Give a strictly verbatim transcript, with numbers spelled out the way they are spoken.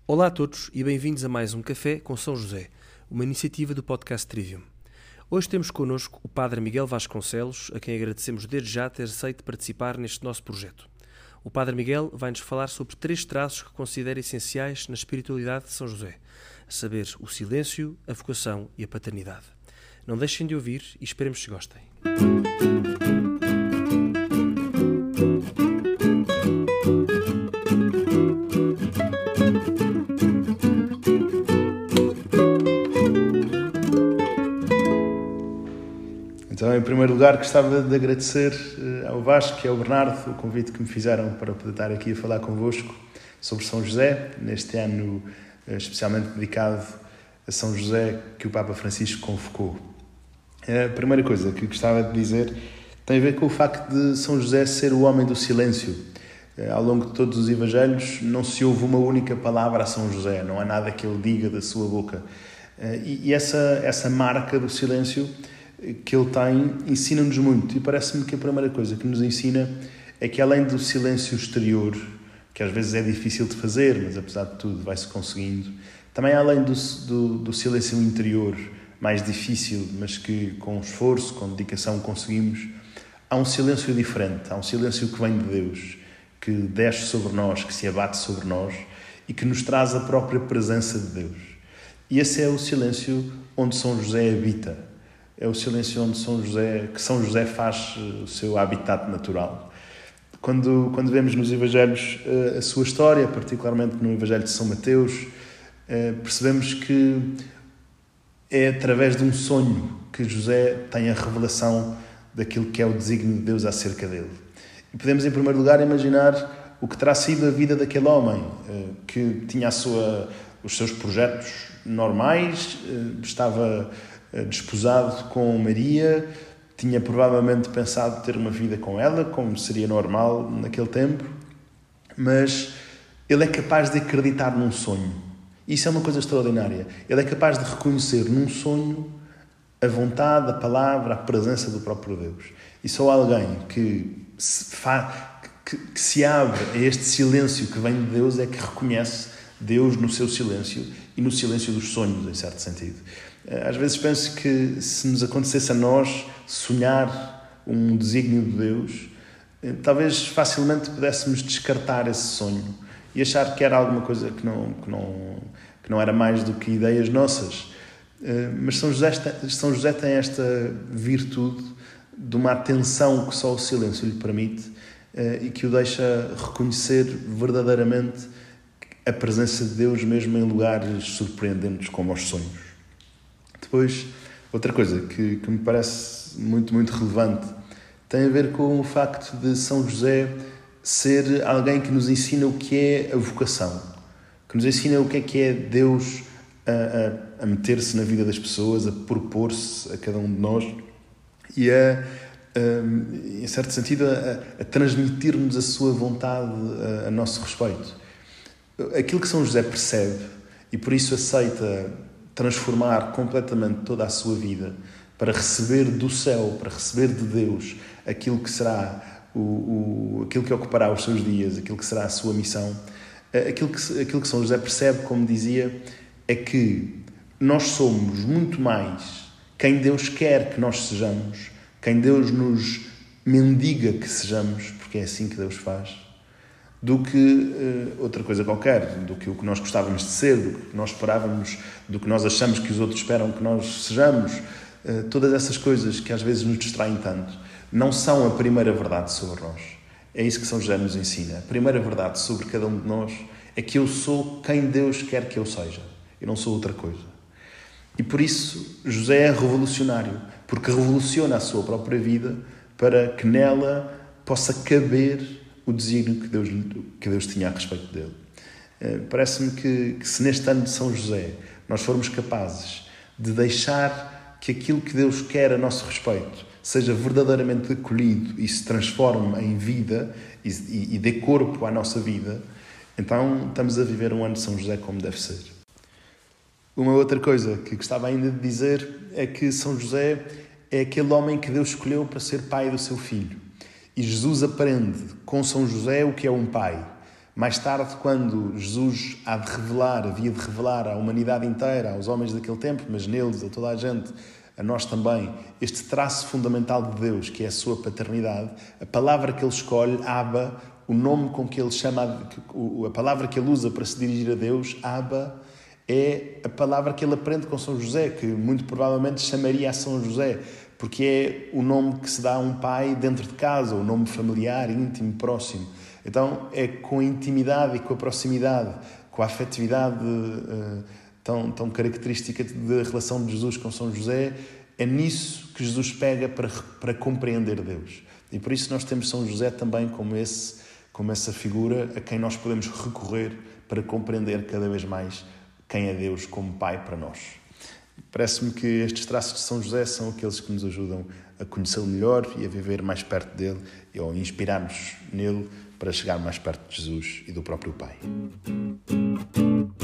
Olá a todos e bem-vindos a mais um Café com São José, uma iniciativa do podcast Trivium. Hoje temos connosco o Padre Miguel Vasconcelos, a quem agradecemos desde já ter aceito participar neste nosso projeto. O Padre Miguel vai-nos falar sobre três traços que considera essenciais na espiritualidade de São José, a saber, o silêncio, a vocação e a paternidade. Não deixem de ouvir e esperemos que gostem. Então, em primeiro lugar, gostava de agradecer ao Vasco e ao Bernardo o convite que me fizeram para poder estar aqui a falar convosco sobre São José, neste ano especialmente dedicado a São José que o Papa Francisco convocou. A primeira coisa que gostava de dizer tem a ver com o facto de São José ser o homem do silêncio. Ao longo de todos os Evangelhos não se ouve uma única palavra a São José, não há nada que ele diga da sua boca. E essa, essa marca do silêncio que ele tem ensina-nos muito, e parece-me que a primeira coisa que nos ensina é que, além do silêncio exterior, que às vezes é difícil de fazer, mas apesar de tudo vai-se conseguindo, também além do, do, do silêncio interior, mais difícil, mas que com esforço, com dedicação conseguimos, há um silêncio diferente, há um silêncio que vem de Deus, que desce sobre nós, que se abate sobre nós e que nos traz a própria presença de Deus. E esse é o silêncio onde São José habita. É o silêncio onde São José, que São José faz o seu habitat natural. Quando, quando vemos nos Evangelhos a sua história, particularmente no Evangelho de São Mateus, percebemos que é através de um sonho que José tem a revelação daquilo que é o desígnio de Deus acerca dele. E podemos, em primeiro lugar, imaginar o que terá sido a vida daquele homem, que tinha a sua, os seus projetos normais, estava desposado com Maria, tinha provavelmente pensado ter uma vida com ela, como seria normal naquele tempo, mas ele é capaz de acreditar num sonho. Isso é uma coisa extraordinária. Ele é capaz de reconhecer num sonho a vontade, a palavra, a presença do próprio Deus. E só alguém que se, fa... que, que se abre a este silêncio que vem de Deus é que reconhece Deus no seu silêncio e no silêncio dos sonhos, em certo sentido. Às vezes penso que se nos acontecesse a nós sonhar um desígnio de Deus, talvez facilmente pudéssemos descartar esse sonho e achar que era alguma coisa que não, que não, que não era mais do que ideias nossas. Mas São José, São José tem esta virtude de uma atenção que só o silêncio lhe permite e que o deixa reconhecer verdadeiramente a presença de Deus mesmo em lugares surpreendentes como os sonhos. Depois, outra coisa que, que me parece muito, muito relevante tem a ver com o facto de São José ser alguém que nos ensina o que é a vocação, que nos ensina o que é que é Deus a, a, a meter-se na vida das pessoas, a propor-se a cada um de nós e a, a em certo sentido, a, a transmitir-nos a sua vontade a, a nosso respeito. Aquilo que São José percebe e por isso aceita transformar completamente toda a sua vida para receber do céu, para receber de Deus aquilo que será o, o, aquilo que ocupará os seus dias, aquilo que será a sua missão. Aquilo que, aquilo que São José percebe, como dizia, é que nós somos muito mais quem Deus quer que nós sejamos, quem Deus nos mendiga que sejamos, porque é assim que Deus faz, do que uh, outra coisa qualquer, do que o que nós gostávamos de ser, do que nós esperávamos, do que nós achamos que os outros esperam que nós sejamos. Uh, todas essas coisas que às vezes nos distraem tanto, não são a primeira verdade sobre nós. É isso que São José nos ensina. A primeira verdade sobre cada um de nós é que eu sou quem Deus quer que eu seja. Eu não sou outra coisa. E por isso José é revolucionário, porque revoluciona a sua própria vida para que nela possa caber o desígnio que Deus, que Deus tinha a respeito dele. Uh, parece-me que, que se neste ano de São José nós formos capazes de deixar que aquilo que Deus quer a nosso respeito seja verdadeiramente acolhido e se transforme em vida e, e, e dê corpo à nossa vida, então estamos a viver um ano de São José como deve ser. Uma outra coisa que gostava ainda de dizer é que São José é aquele homem que Deus escolheu para ser pai do seu filho. E Jesus aprende com São José o que é um pai, Mais tarde, quando Jesus há de revelar, havia de revelar à humanidade inteira, aos homens daquele tempo, mas neles, a toda a gente, a nós também, este traço fundamental de Deus, que é a sua paternidade, a palavra que ele escolhe, Abba, o nome com que ele chama, a palavra que ele usa para se dirigir a Deus, Abba, é a palavra que ele aprende com São José, que muito provavelmente chamaria a São José, porque é o nome que se dá a um pai dentro de casa, o nome familiar, íntimo, próximo. Então é com a intimidade e com a proximidade, com a afetividade uh, tão, tão característica da relação de Jesus com São José, é nisso que Jesus pega para, para compreender Deus. E por isso nós temos São José também como, esse, como essa figura a quem nós podemos recorrer para compreender cada vez mais quem é Deus como Pai para nós. Parece-me que estes traços de São José são aqueles que nos ajudam a conhecê-lo melhor e a viver mais perto dele, ou a inspirar-nos nele para chegar mais perto de Jesus e do próprio Pai.